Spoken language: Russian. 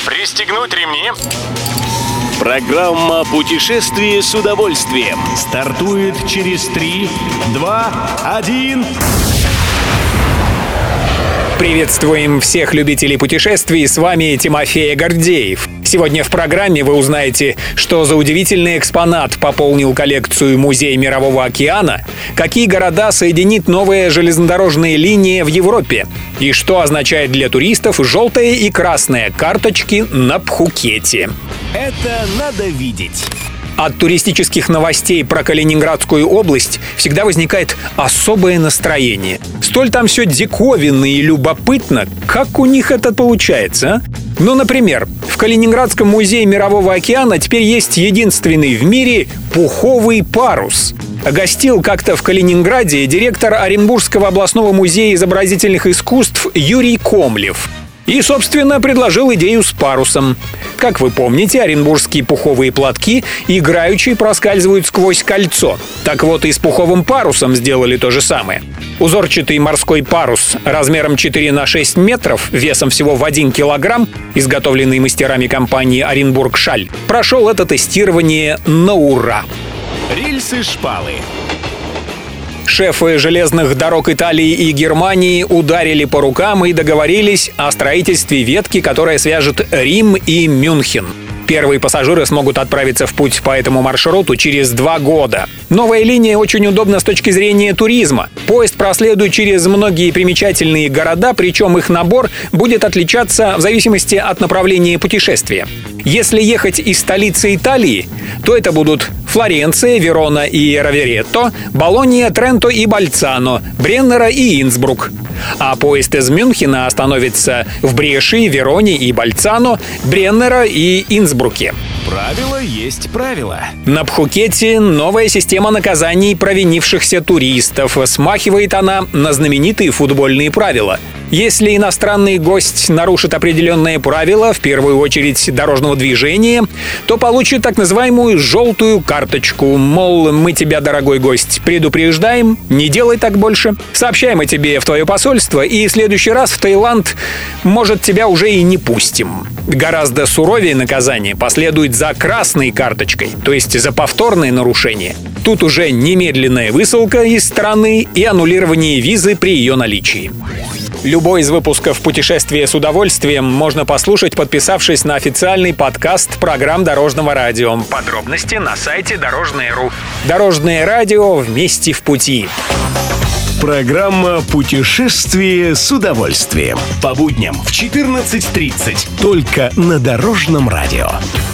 Пристегнуть ремни. Программа «Путешествие с удовольствием» стартует через 3, 2, 1... Приветствуем всех любителей путешествий, с вами Тимофей Гордеев. Сегодня в программе вы узнаете, что за удивительный экспонат пополнил коллекцию Музея Мирового океана, какие города соединит новая железнодорожная линия в Европе и что означает для туристов желтая и красная карточки на Пхукете. Это надо видеть. От туристических новостей про Калининградскую область всегда возникает особое настроение. Столь там все диковинно и любопытно, как у них это получается, а? Ну, например, в Калининградском музее Мирового океана теперь есть единственный в мире пуховый парус. Гостил как-то в Калининграде директор Оренбургского областного музея изобразительных искусств Юрий Комлев. И, собственно, предложил идею с парусом. Как вы помните, оренбургские пуховые платки играючи проскальзывают сквозь кольцо. Так вот, и с пуховым парусом сделали то же самое. Узорчатый морской парус размером 4 на 6 метров, весом всего в 1 килограмм, изготовленный мастерами компании «Оренбург-Шаль», прошел это тестирование на ура. Рельсы-шпалы. Шефы железных дорог Италии и Германии ударили по рукам и договорились о строительстве ветки, которая свяжет Рим и Мюнхен. Первые пассажиры смогут отправиться в путь по этому маршруту через 2 года. Новая линия очень удобна с точки зрения туризма. Поезд проследует через многие примечательные города, причем их набор будет отличаться в зависимости от направления путешествия. Если ехать из столицы Италии, то это будут Флоренция, Верона и Роверетто, Болонья, Тренто и Больцано, Бреннера и Инсбрук. А поезд из Мюнхена остановится в Бреши, Вероне и Больцано, Бреннера и Инсбруке. Правило есть правило. На Пхукете новая система наказаний провинившихся туристов. Смахивает она на знаменитые футбольные правила. Если иностранный гость нарушит определенные правила, в первую очередь дорожного движения, то получит так называемую «желтую карточку». Мол, мы тебя, дорогой гость, предупреждаем, не делай так больше. Сообщаем о тебе в твое посольство, и в следующий раз в Таиланд, может, тебя уже и не пустим. Гораздо суровее наказание последует за красной карточкой, то есть за повторное нарушение. Тут уже немедленная высылка из страны и аннулирование визы при ее наличии. Любой из выпусков «Путешествие с удовольствием» можно послушать, подписавшись на официальный подкаст программ Дорожного радио. Подробности на сайте Дорожное.ру. Дорожное радио вместе в пути. Программа «Путешествие с удовольствием». По будням в 14:30. Только на Дорожном радио.